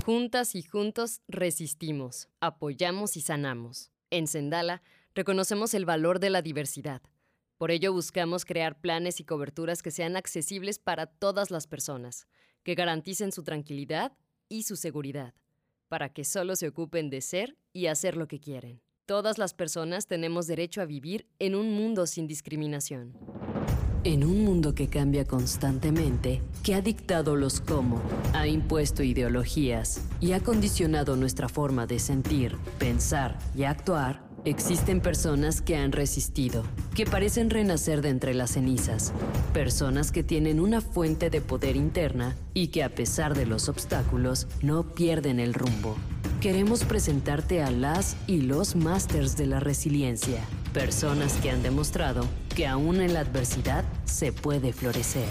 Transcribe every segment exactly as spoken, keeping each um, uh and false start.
Juntas y juntos resistimos, apoyamos y sanamos. En Sendala reconocemos el valor de la diversidad. Por ello buscamos crear planes y coberturas que sean accesibles para todas las personas, que garanticen su tranquilidad y su seguridad, para que solo se ocupen de ser y hacer lo que quieren. Todas las personas tenemos derecho a vivir en un mundo sin discriminación. En un mundo que cambia constantemente, que ha dictado los cómo, ha impuesto ideologías y ha condicionado nuestra forma de sentir, pensar y actuar, existen personas que han resistido, que parecen renacer de entre las cenizas, personas que tienen una fuente de poder interna y que a pesar de los obstáculos no pierden el rumbo. Queremos presentarte a las y los másters de la resiliencia, personas que han demostrado que aún en la adversidad se puede florecer.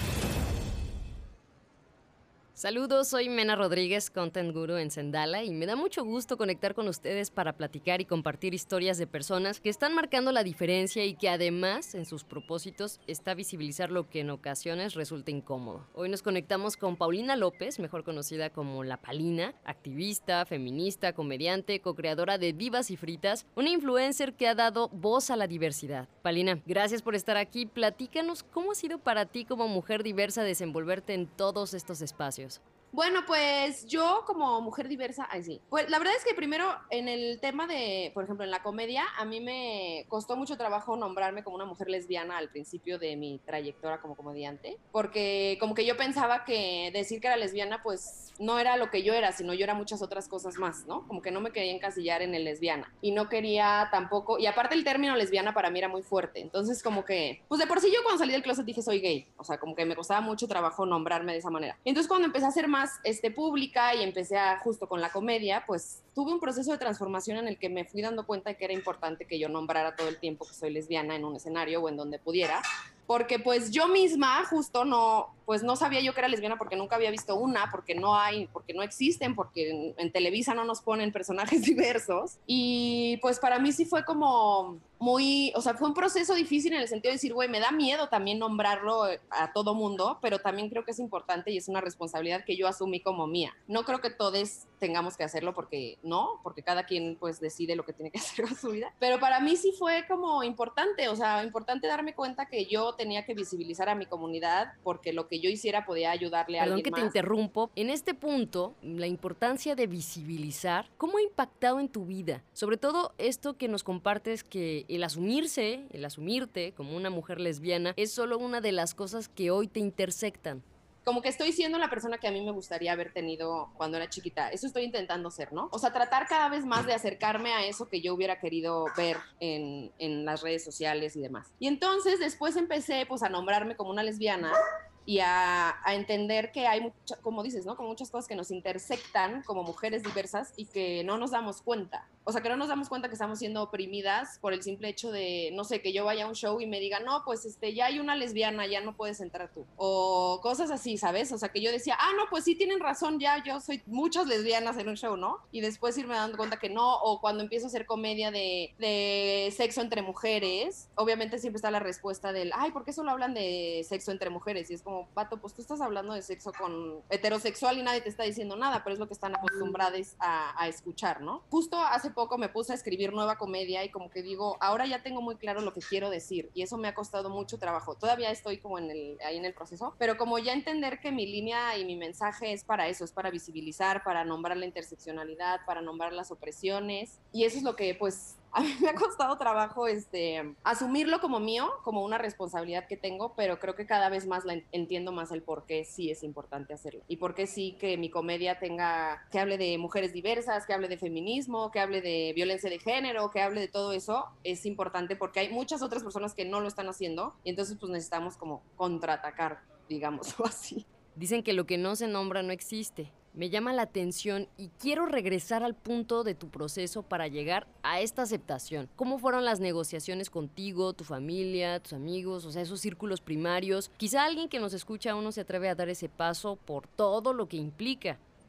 Saludos, soy Mena Rodríguez, Content Guru en Sendala, y me da mucho gusto conectar con ustedes para platicar y compartir historias de personas que están marcando la diferencia y que además, en sus propósitos, está visibilizar lo que en ocasiones resulta incómodo. Hoy nos conectamos con Paulina López, mejor conocida como La Palina, activista, feminista, comediante, co-creadora de Vivas y Fritas, una influencer que ha dado voz a la diversidad. Palina, gracias por estar aquí. Platícanos cómo ha sido para ti como mujer diversa desenvolverte en todos estos espacios. Bueno, pues yo como mujer diversa, ay sí, pues la verdad es que primero en el tema de, por ejemplo, en la comedia, a mí me costó mucho trabajo nombrarme como una mujer lesbiana al principio de mi trayectoria como comediante, porque como que yo pensaba que decir que era lesbiana pues no era lo que yo era, sino yo era muchas otras cosas más, ¿no? Como que no me quería encasillar en el lesbiana y no quería tampoco, y aparte el término lesbiana para mí era muy fuerte, entonces como que, pues de por sí yo cuando salí del closet dije soy gay, o sea, como que me costaba mucho trabajo nombrarme de esa manera. Entonces cuando empecé a hacer más este, pública y empecé a, justo con la comedia, pues tuve un proceso de transformación en el que me fui dando cuenta de que era importante que yo nombrara todo el tiempo que soy lesbiana en un escenario o en donde pudiera, porque pues yo misma justo no, pues no sabía yo que era lesbiana porque nunca había visto una, porque no hay, porque no existen, porque en, en Televisa no nos ponen personajes diversos, y pues para mí sí fue como muy, o sea, fue un proceso difícil en el sentido de decir, güey, me da miedo también nombrarlo a todo mundo, pero también creo que es importante y es una responsabilidad que yo asumí como mía. No creo que todos tengamos que hacerlo porque no, porque cada quien pues decide lo que tiene que hacer con su vida, pero para mí sí fue como importante, o sea, importante darme cuenta que yo tenía que visibilizar a mi comunidad porque lo que yo hiciera podía ayudarle a Perdón alguien que más. te interrumpo. En este punto, la importancia de visibilizar, ¿cómo ha impactado en tu vida? Sobre todo esto que nos compartes, que el asumirse, el asumirte como una mujer lesbiana es solo una de las cosas que hoy te intersectan. Como que estoy siendo la persona que a mí me gustaría haber tenido cuando era chiquita. Eso estoy intentando ser, ¿no? O sea, tratar cada vez más de acercarme a eso que yo hubiera querido ver en, en las redes sociales y demás. Y entonces después empecé pues a nombrarme como una lesbiana y a, a entender que hay, mucha, como dices, ¿no? Como muchas cosas que nos intersectan como mujeres diversas y que no nos damos cuenta. O sea, que no nos damos cuenta que estamos siendo oprimidas por el simple hecho de, no sé, que yo vaya a un show y me digan, no, pues este, ya hay una lesbiana, ya no puedes entrar tú. O cosas así, ¿sabes? O sea, que yo decía, ah, no, pues sí tienen razón, ya yo soy muchas lesbianas en un show, ¿no? Y después irme dando cuenta que no, o cuando empiezo a hacer comedia de, de sexo entre mujeres, obviamente siempre está la respuesta del, ay, ¿por qué solo hablan de sexo entre mujeres? Y es como, vato, pues tú estás hablando de sexo con heterosexual y nadie te está diciendo nada, pero es lo que están acostumbrados a, a escuchar, ¿no? Justo hace poco me puse a escribir nueva comedia y como que digo, ahora ya tengo muy claro lo que quiero decir y eso me ha costado mucho trabajo. Todavía estoy como en el, ahí en el proceso, pero como ya entender que mi línea y mi mensaje es para eso, es para visibilizar, para nombrar la interseccionalidad, para nombrar las opresiones, y eso es lo que pues a mí me ha costado trabajo este, asumirlo como mío, como una responsabilidad que tengo, pero creo que cada vez más la entiendo más el por qué sí es importante hacerlo. Y por qué sí que mi comedia tenga, que hable de mujeres diversas, que hable de feminismo, que hable de violencia de género, que hable de todo eso, es importante porque hay muchas otras personas que no lo están haciendo y entonces pues necesitamos como contraatacar, digámoslo así. Dicen que lo que no se nombra no existe. Me llama la atención y quiero regresar al punto de tu proceso para llegar a esta aceptación. ¿Cómo fueron las negociaciones contigo, tu familia, tus amigos, o sea, esos círculos primarios? Quizá alguien que nos escucha aún no se atreve a dar ese paso por todo lo que implica.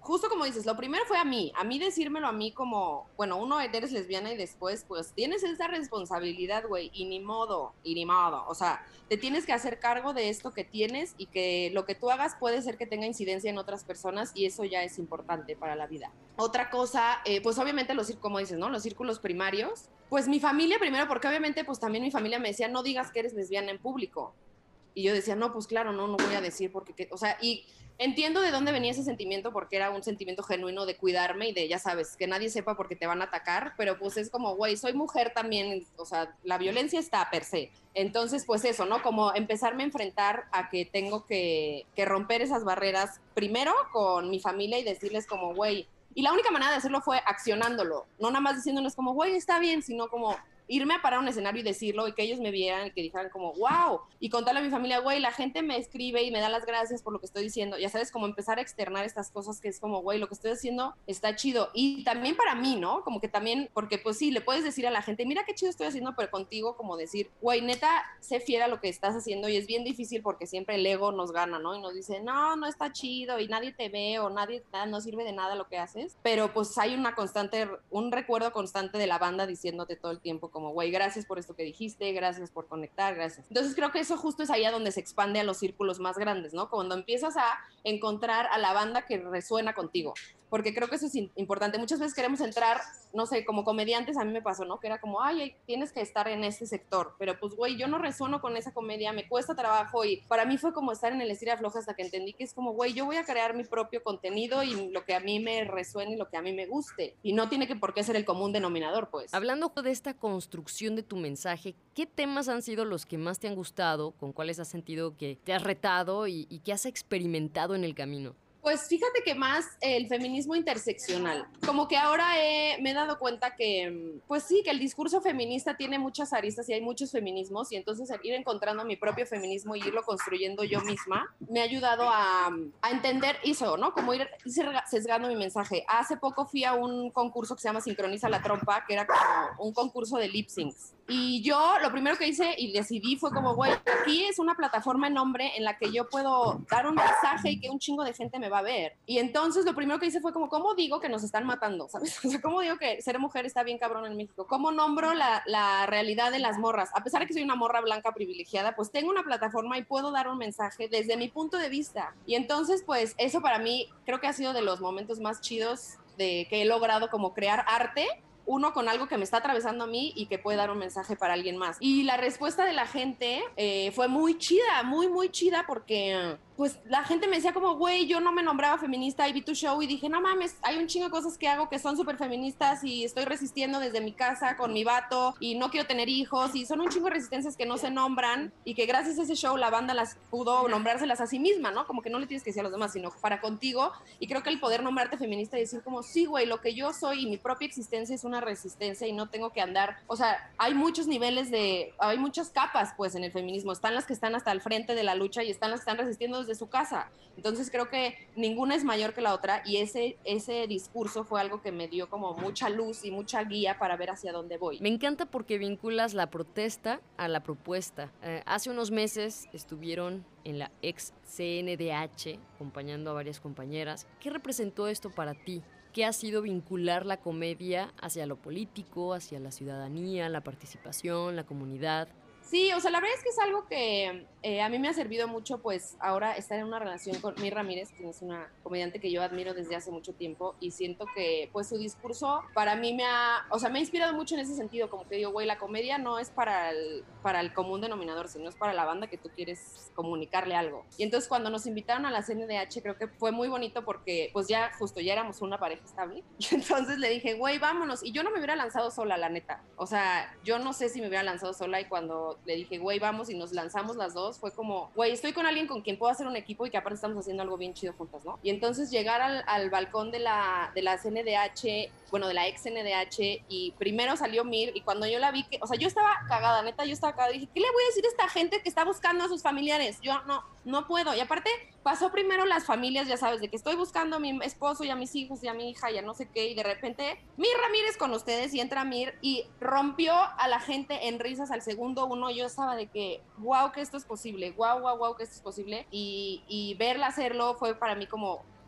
justo como dices, lo primero fue a mí, a mí decírmelo a mí como, bueno, uno, eres lesbiana y después, pues, tienes esa responsabilidad, güey, y ni modo, y ni modo, o sea, te tienes que hacer cargo de esto que tienes y que lo que tú hagas puede ser que tenga incidencia en otras personas y eso ya es importante para la vida. Otra cosa, eh, pues obviamente los, como dices, ¿no? Los círculos primarios, pues mi familia primero, porque obviamente pues también mi familia me decía, no digas que eres lesbiana en público. Y yo decía, no, pues claro, no, no voy a decir porque, que, o sea, y entiendo de dónde venía ese sentimiento porque era un sentimiento genuino de cuidarme y de, ya sabes, que nadie sepa porque te van a atacar, pero pues es como, güey, soy mujer también, o sea, la violencia está per se. Entonces, pues eso, ¿no? Como empezarme a enfrentar a que tengo que, que romper esas barreras primero con mi familia y decirles como, güey, y la única manera de hacerlo fue accionándolo, no nada más diciéndoles como, güey, está bien, sino como irme a parar a un escenario y decirlo y que ellos me vieran y que dijeran como, wow, y contarle a mi familia, güey, la gente me escribe y me da las gracias por lo que estoy diciendo, ya sabes, como empezar a externar estas cosas que es como, güey, lo que estoy haciendo está chido, y también para mí, ¿no? Como que también, porque pues sí, le puedes decir a la gente, mira qué chido estoy haciendo, pero contigo como decir, güey, neta, sé fiel a lo que estás haciendo y es bien difícil porque siempre el ego nos gana, ¿no? Y nos dice, no, no está chido y nadie te ve o nadie, no sirve de nada lo que haces, pero pues hay una constante, un recuerdo constante de la banda diciéndote todo el tiempo como, güey, gracias por esto que dijiste, gracias por conectar, gracias. Entonces creo que eso justo es ahí a donde se expande a los círculos más grandes, ¿no? Cuando empiezas a encontrar a la banda que resuena contigo, porque creo que eso es importante. Muchas veces queremos entrar, no sé, como comediantes a mí me pasó, ¿no? Que era como, ay, tienes que estar en este sector, pero pues, güey, yo no resueno con esa comedia, me cuesta trabajo y para mí fue como estar en el estira floja hasta que entendí que es como, güey, yo voy a crear mi propio contenido y lo que a mí me resuene y lo que a mí me guste y no tiene que por qué ser el común denominador, pues. Hablando de esta construcción de tu mensaje, ¿qué temas han sido los que más te han gustado, con cuáles has sentido que te has retado y, y que has experimentado en el camino? Pues fíjate que más el feminismo interseccional. Como que ahora he, me he dado cuenta que, pues sí, que el discurso feminista tiene muchas aristas y hay muchos feminismos y entonces ir encontrando mi propio feminismo y irlo construyendo yo misma me ha ayudado a, a entender eso, ¿no? Como ir, ir sesgando mi mensaje. Hace poco fui a un concurso que se llama Sincroniza la Trompa, que era como un concurso de lip syncs. Y yo lo primero que hice y decidí fue como, güey, aquí es una plataforma en nombre en la que yo puedo dar un mensaje y que un chingo de gente me va a ver. Y entonces lo primero que hice fue como, ¿cómo digo que nos están matando? ¿Sabes? O sea, ¿cómo digo que ser mujer está bien cabrón en México? ¿Cómo nombro la, la realidad de las morras? A pesar de que soy una morra blanca privilegiada, pues tengo una plataforma y puedo dar un mensaje desde mi punto de vista. Y entonces, pues eso para mí creo que ha sido de los momentos más chidos de que he logrado como crear arte, uno con algo que me está atravesando a mí y que puede dar un mensaje para alguien más. Y la respuesta de la gente eh, fue muy chida, muy, muy chida porque pues la gente me decía como, güey, yo no me nombraba feminista y vi tu show y dije, no mames, hay un chingo de cosas que hago que son súper feministas y estoy resistiendo desde mi casa con mi vato y no quiero tener hijos y son un chingo de resistencias que no se nombran y que gracias a ese show la banda las pudo nombrárselas a sí misma, ¿no? Como que no le tienes que decir a los demás, sino para contigo. Y creo que el poder nombrarte feminista y decir como, sí, güey, lo que yo soy y mi propia existencia es una resistencia y no tengo que andar, o sea, hay muchos niveles de, hay muchas capas pues en el feminismo, están las que están hasta el frente de la lucha y están las que están resistiendo desde su casa. Entonces creo que ninguna es mayor que la otra y ese, ese discurso fue algo que me dio como mucha luz y mucha guía para ver hacia dónde voy. Me encanta porque vinculas la protesta a la propuesta. Eh, hace unos meses estuvieron en la ex C N D H acompañando a varias compañeras. ¿Qué representó esto para ti? ¿Qué ha sido vincular la comedia hacia lo político, hacia la ciudadanía, la participación, la comunidad? Sí, o sea, la verdad es que es algo que eh, a mí me ha servido mucho, pues, ahora estar en una relación con Mir Ramírez, quien es una comediante que yo admiro desde hace mucho tiempo y siento que, pues, su discurso para mí me ha, o sea, me ha inspirado mucho en ese sentido, como que digo, güey, la comedia no es para el, para el común denominador, sino es para la banda que tú quieres comunicarle algo. Y entonces cuando nos invitaron a la C N D H, creo que fue muy bonito porque, pues, ya justo, ya éramos una pareja estable. Y entonces le dije, güey, vámonos. Y yo no me hubiera lanzado sola, la neta. O sea, yo no sé si me hubiera lanzado sola y cuando le dije, güey, vamos y nos lanzamos las dos, fue como, güey, estoy con alguien con quien puedo hacer un equipo y que aparte estamos haciendo algo bien chido juntas, ¿no? Y entonces llegar al, al balcón de la, de la C N D H, bueno, de la ex C N D H, y primero salió Mir, y cuando yo la vi, que, o sea, yo estaba cagada, neta, yo estaba cagada, y dije, ¿qué le voy a decir a esta gente que está buscando a sus familiares? Yo no, no puedo. Y aparte, pasó primero las familias, ya sabes, de que estoy buscando a mi esposo y a mis hijos y a mi hija y a no sé qué, y de repente, Mir Ramírez con ustedes, y entra Mir, y rompió a la gente en risas al segundo uno. Yo estaba de que, wow, que esto es posible, wow, wow, wow, que esto es posible, y, y verla hacerlo fue para mí como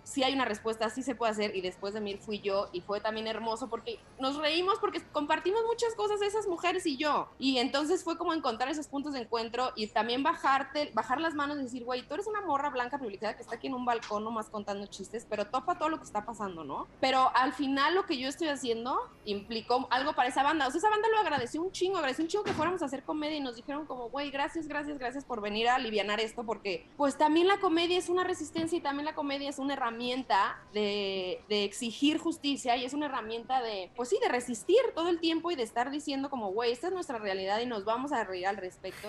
sí hay una respuesta, sí se puede hacer, y después de mí fui yo, y fue también hermoso porque nos reímos porque compartimos muchas cosas esas mujeres y yo, y entonces fue como encontrar esos puntos de encuentro y también bajarte, bajar las manos y decir, güey, tú eres una morra blanca privilegiada que está aquí en un balcón nomás contando chistes, pero topa todo lo que está pasando, ¿no? Pero al final lo que yo estoy haciendo implicó algo para esa banda, o sea, esa banda lo agradeció un chingo, agradeció un chingo que fuéramos a hacer comedia y nos dijeron como, güey, gracias, gracias, gracias por venir a alivianar esto, porque pues también la comedia es una resistencia y también la comedia es una herramienta de, de exigir justicia y es una herramienta de, pues sí, de resistir todo el tiempo y de estar diciendo como, güey, esta es nuestra realidad y nos vamos a reír al respecto.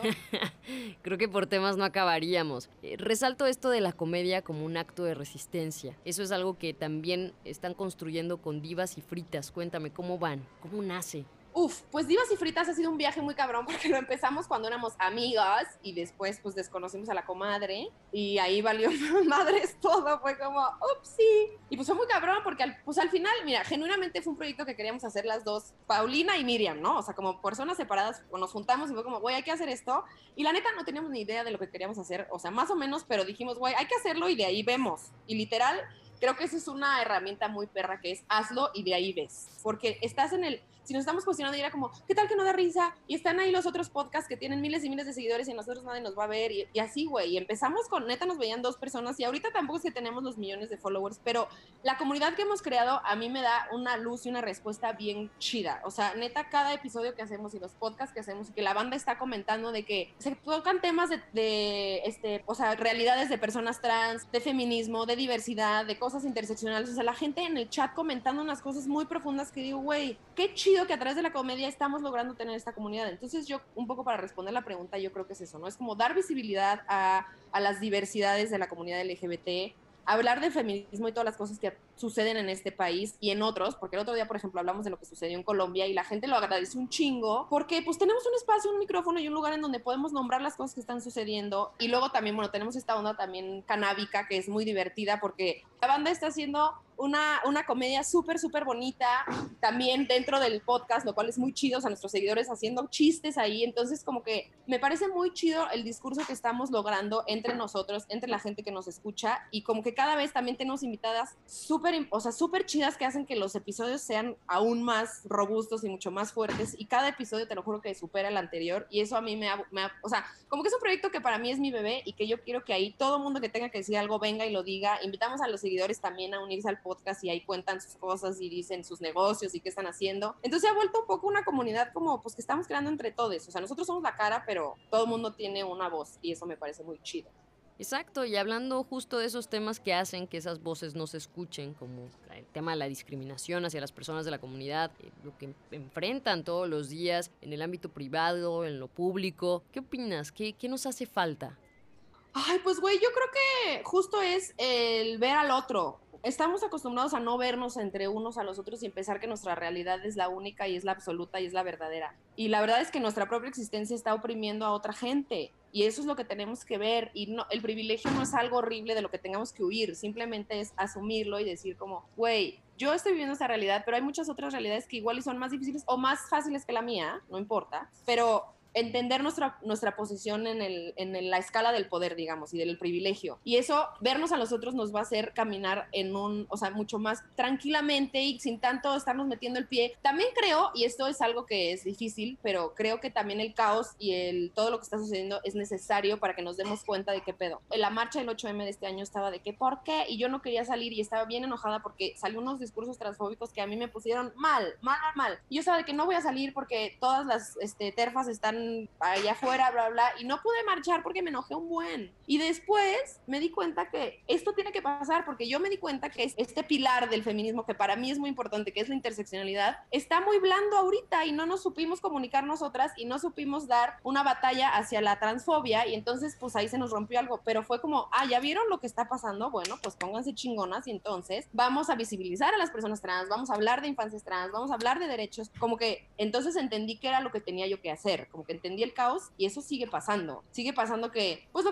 Creo que por temas no acabaríamos. Eh, resalto esto de la comedia como un acto de resistencia. Eso es algo que también están construyendo con Divas y Fritas. Cuéntame, ¿cómo van? ¿Cómo nace? Uf, pues Divas y Fritas ha sido un viaje muy cabrón porque lo empezamos cuando éramos amigas y después pues desconocimos a la comadre y ahí valió madres todo, fue como, upsí. Y pues fue muy cabrón porque al, pues al final, mira, genuinamente fue un proyecto que queríamos hacer las dos, Paulina y Miriam, ¿no? O sea, como personas separadas, pues nos juntamos y fue como, güey, hay que hacer esto. Y la neta no teníamos ni idea de lo que queríamos hacer, o sea, más o menos, pero dijimos, güey, hay que hacerlo y de ahí vemos. Y literal, creo que esa es una herramienta muy perra que es hazlo y de ahí ves. Porque estás en el... Si nos estamos posicionando y era como, ¿qué tal que no da risa? Y están ahí los otros podcasts que tienen miles y miles de seguidores y a nosotros nadie nos va a ver. Y, y así, güey. Y empezamos con, neta, nos veían dos personas y ahorita tampoco es que tenemos los millones de followers, pero la comunidad que hemos creado a mí me da una luz y una respuesta bien chida. O sea, neta, cada episodio que hacemos y los podcasts que hacemos y que la banda está comentando de que se tocan temas de, de este, o sea, realidades de personas trans, de feminismo, de diversidad, de cosas interseccionales. O sea, la gente en el chat comentando unas cosas muy profundas que digo, güey, qué chido que a través de la comedia estamos logrando tener esta comunidad. Entonces yo, un poco para responder la pregunta, yo creo que es eso, ¿no? Es como dar visibilidad a, a las diversidades de la comunidad L G B T, hablar de feminismo y todas las cosas que suceden en este país y en otros, porque el otro día, por ejemplo, hablamos de lo que sucedió en Colombia y la gente lo agradeció un chingo, porque pues tenemos un espacio, un micrófono y un lugar en donde podemos nombrar las cosas que están sucediendo. Y luego también, bueno, tenemos esta onda también canábica que es muy divertida porque la banda está haciendo una, una comedia súper, súper bonita, también dentro del podcast, lo cual es muy chido, o sea, nuestros seguidores haciendo chistes ahí, entonces como que me parece muy chido el discurso que estamos logrando entre nosotros, entre la gente que nos escucha, y como que cada vez también tenemos invitadas súper, o sea, súper chidas que hacen que los episodios sean aún más robustos y mucho más fuertes, y cada episodio, te lo juro, que supera el anterior, y eso a mí me ha, me ha, o sea, como que es un proyecto que para mí es mi bebé, y que yo quiero que ahí todo mundo que tenga que decir algo venga y lo diga. Invitamos a los seguidores también a unirse al podcast y ahí cuentan sus cosas y dicen sus negocios y qué están haciendo. Entonces se ha vuelto un poco una comunidad como pues que estamos creando entre todos. O sea, nosotros somos la cara, pero todo el mundo tiene una voz y eso me parece muy chido. Exacto, y hablando justo de esos temas que hacen que esas voces no se escuchen, como el tema de la discriminación hacia las personas de la comunidad, eh, lo que enfrentan todos los días en el ámbito privado, en lo público, ¿qué opinas? ¿Qué, qué nos hace falta? Ay, pues güey, yo creo que justo es el ver al otro. Estamos acostumbrados a no vernos entre unos a los otros y pensar que nuestra realidad es la única y es la absoluta y es la verdadera. Y la verdad es que nuestra propia existencia está oprimiendo a otra gente. Y eso es lo que tenemos que ver. Y no, el privilegio no es algo horrible de lo que tengamos que huir. Simplemente es asumirlo y decir como, güey, yo estoy viviendo esta realidad, pero hay muchas otras realidades que igual y son más difíciles o más fáciles que la mía, no importa. Pero entender nuestra, nuestra posición en, el, en el, la escala del poder, digamos, y del privilegio. Y eso, vernos a los otros nos va a hacer caminar en un, o sea, mucho más tranquilamente y sin tanto estarnos metiendo el pie. También creo, y esto es algo que es difícil, pero creo que también el caos y el, todo lo que está sucediendo es necesario para que nos demos cuenta de qué pedo. En la marcha del ocho eme de este año estaba de que, ¿por qué? Y yo no quería salir y estaba bien enojada porque salió unos discursos transfóbicos que a mí me pusieron mal, mal, mal. Y yo estaba de que no voy a salir porque todas las este, terfas están allá afuera, bla, bla, y no pude marchar porque me enojé un buen. Y después me di cuenta que esto tiene que pasar porque yo me di cuenta que este pilar del feminismo que para mí es muy importante, que es la interseccionalidad, está muy blando ahorita y no nos supimos comunicar nosotras y no supimos dar una batalla hacia la transfobia y entonces pues ahí se nos rompió algo, pero fue como, ah, ¿ya vieron lo que está pasando? Bueno, pues pónganse chingonas y entonces vamos a visibilizar a las personas trans, vamos a hablar de infancias trans, vamos a hablar de derechos, como que entonces entendí que era lo que tenía yo que hacer, como que entendí el caos y eso sigue pasando. Sigue pasando que, pues lo que pasó en Colombia,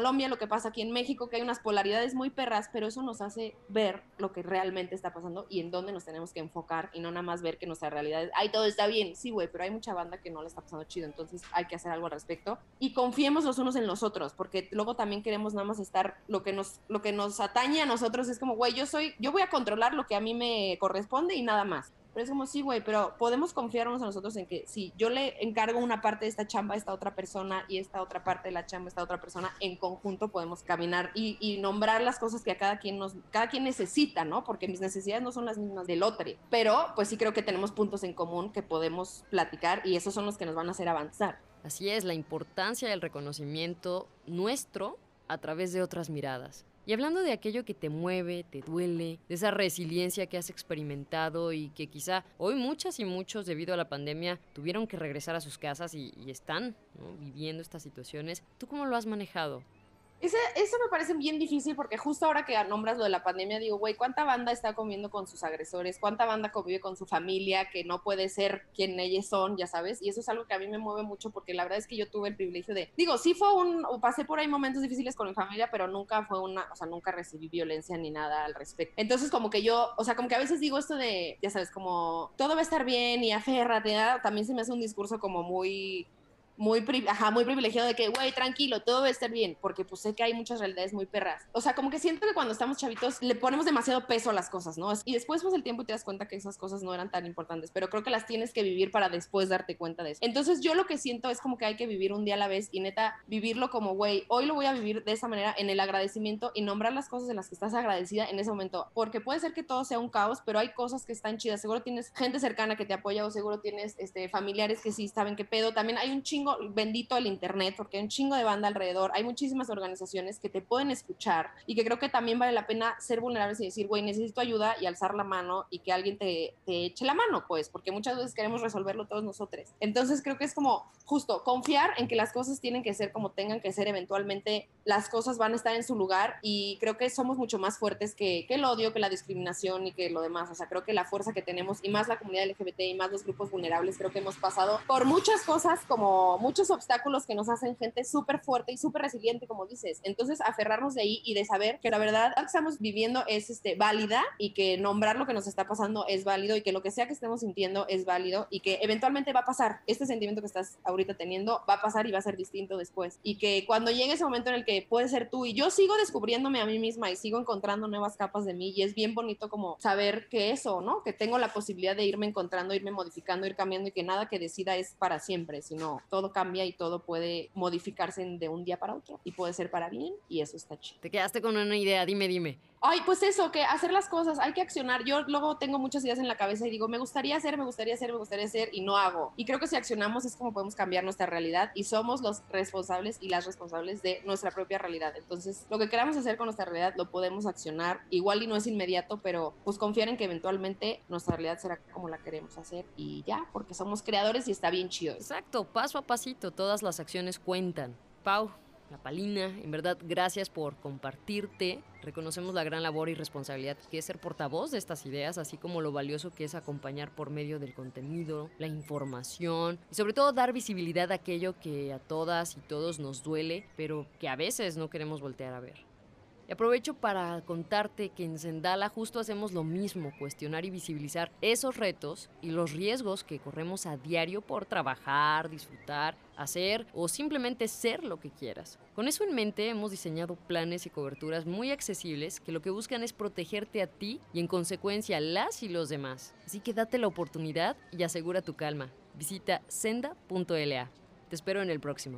Colombia, lo que pasa aquí en México, que hay unas polaridades muy perras, pero eso nos hace ver lo que realmente está pasando y en dónde nos tenemos que enfocar y no nada más ver que nuestra realidad es, ay, todo está bien, sí, güey, pero hay mucha banda que no le está pasando chido, entonces hay que hacer algo al respecto y confiemos los unos en los otros, porque luego también queremos nada más estar, lo que nos, lo que nos atañe a nosotros es como, güey, yo soy, yo voy a controlar lo que a mí me corresponde y nada más. Pero es como, sí, güey, pero podemos confiarnos a nosotros en que si yo le encargo una parte de esta chamba a esta otra persona y esta otra parte de la chamba a esta otra persona, en conjunto podemos caminar y, y nombrar las cosas que a cada quien, nos, cada quien necesita, ¿no? Porque mis necesidades no son las mismas del otro. Pero, pues sí creo que tenemos puntos en común que podemos platicar y esos son los que nos van a hacer avanzar. Así es, la importancia del reconocimiento nuestro a través de otras miradas. Y hablando de aquello que te mueve, te duele, de esa resiliencia que has experimentado y que quizá hoy muchas y muchos debido a la pandemia tuvieron que regresar a sus casas y, y están, ¿no?, viviendo estas situaciones, ¿tú cómo lo has manejado? Ese, eso me parece bien difícil porque justo ahora que nombras lo de la pandemia digo, güey, ¿cuánta banda está comiendo con sus agresores? ¿Cuánta banda convive con su familia que no puede ser quien ellos son, ya sabes? Y eso es algo que a mí me mueve mucho porque la verdad es que yo tuve el privilegio de, digo, sí fue un, pasé por ahí momentos difíciles con mi familia, pero nunca fue una, o sea, nunca recibí violencia ni nada al respecto. Entonces como que yo, o sea, como que a veces digo esto de, ya sabes, como todo va a estar bien y aférrate, también se me hace un discurso como muy... Muy, pri ajá, muy privilegiado de que, güey, tranquilo, todo va a estar bien, porque pues sé que hay muchas realidades muy perras. O sea, como que siento que cuando estamos chavitos le ponemos demasiado peso a las cosas, ¿no? Y después pues el tiempo y te das cuenta que esas cosas no eran tan importantes, pero creo que las tienes que vivir para después darte cuenta de eso. Entonces yo lo que siento es como que hay que vivir un día a la vez y neta, vivirlo como, güey, hoy lo voy a vivir de esa manera en el agradecimiento y nombrar las cosas en las que estás agradecida en ese momento, porque puede ser que todo sea un caos, pero hay cosas que están chidas, seguro tienes gente cercana que te apoya o seguro tienes este, familiares que sí saben qué pedo, también hay un chingo, bendito el internet, porque hay un chingo de banda alrededor, hay muchísimas organizaciones que te pueden escuchar y que creo que también vale la pena ser vulnerables y decir, güey, necesito ayuda y alzar la mano y que alguien te, te eche la mano, pues, porque muchas veces queremos resolverlo todos nosotros. Entonces creo que es como justo confiar en que las cosas tienen que ser como tengan que ser, eventualmente las cosas van a estar en su lugar y creo que somos mucho más fuertes que, que el odio, que la discriminación y que lo demás. O sea, creo que la fuerza que tenemos y más la comunidad L G B T y más los grupos vulnerables, creo que hemos pasado por muchas cosas, como muchos obstáculos que nos hacen gente súper fuerte y súper resiliente, como dices. Entonces, aferrarnos de ahí y de saber que la verdad que estamos viviendo es este, válida y que nombrar lo que nos está pasando es válido y que lo que sea que estemos sintiendo es válido y que eventualmente va a pasar. Este sentimiento que estás ahorita teniendo va a pasar y va a ser distinto después. Y que cuando llegue ese momento en el que puedes ser tú y yo sigo descubriéndome a mí misma y sigo encontrando nuevas capas de mí y es bien bonito como saber que eso, ¿no? Que tengo la posibilidad de irme encontrando, irme modificando, ir cambiando y que nada que decida es para siempre, sino todo cambia y todo puede modificarse de un día para otro y puede ser para bien y eso está chido. Te quedaste con una idea, dime, dime. Ay, pues eso, que hacer las cosas, hay que accionar. Yo luego tengo muchas ideas en la cabeza y digo, me gustaría hacer, me gustaría hacer, me gustaría hacer y no hago. Y creo que si accionamos es como podemos cambiar nuestra realidad y somos los responsables y las responsables de nuestra propia realidad. Entonces, lo que queramos hacer con nuestra realidad lo podemos accionar. Igual y no es inmediato, pero pues confiar en que eventualmente nuestra realidad será como la queremos hacer y ya, porque somos creadores y está bien chido. Exacto, paso a pasito, todas las acciones cuentan. Pau, La Palina, en verdad, gracias por compartirte. Reconocemos la gran labor y responsabilidad que es ser portavoz de estas ideas, así como lo valioso que es acompañar por medio del contenido, la información y sobre todo dar visibilidad a aquello que a todas y todos nos duele, pero que a veces no queremos voltear a ver. Y aprovecho para contarte que en Sendala justo hacemos lo mismo, cuestionar y visibilizar esos retos y los riesgos que corremos a diario por trabajar, disfrutar, hacer o simplemente ser lo que quieras. Con eso en mente hemos diseñado planes y coberturas muy accesibles que lo que buscan es protegerte a ti y en consecuencia a las y los demás. Así que date la oportunidad y asegura tu calma. Visita senda punto l a. Te espero en el próximo.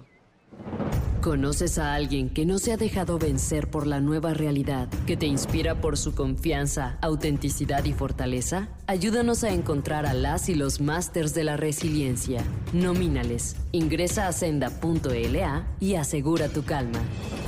¿Conoces a alguien que no se ha dejado vencer por la nueva realidad, que te inspira por su confianza, autenticidad y fortaleza? Ayúdanos a encontrar a las y los másters de la resiliencia. Nomínales. Ingresa a senda punto l a y asegura tu calma.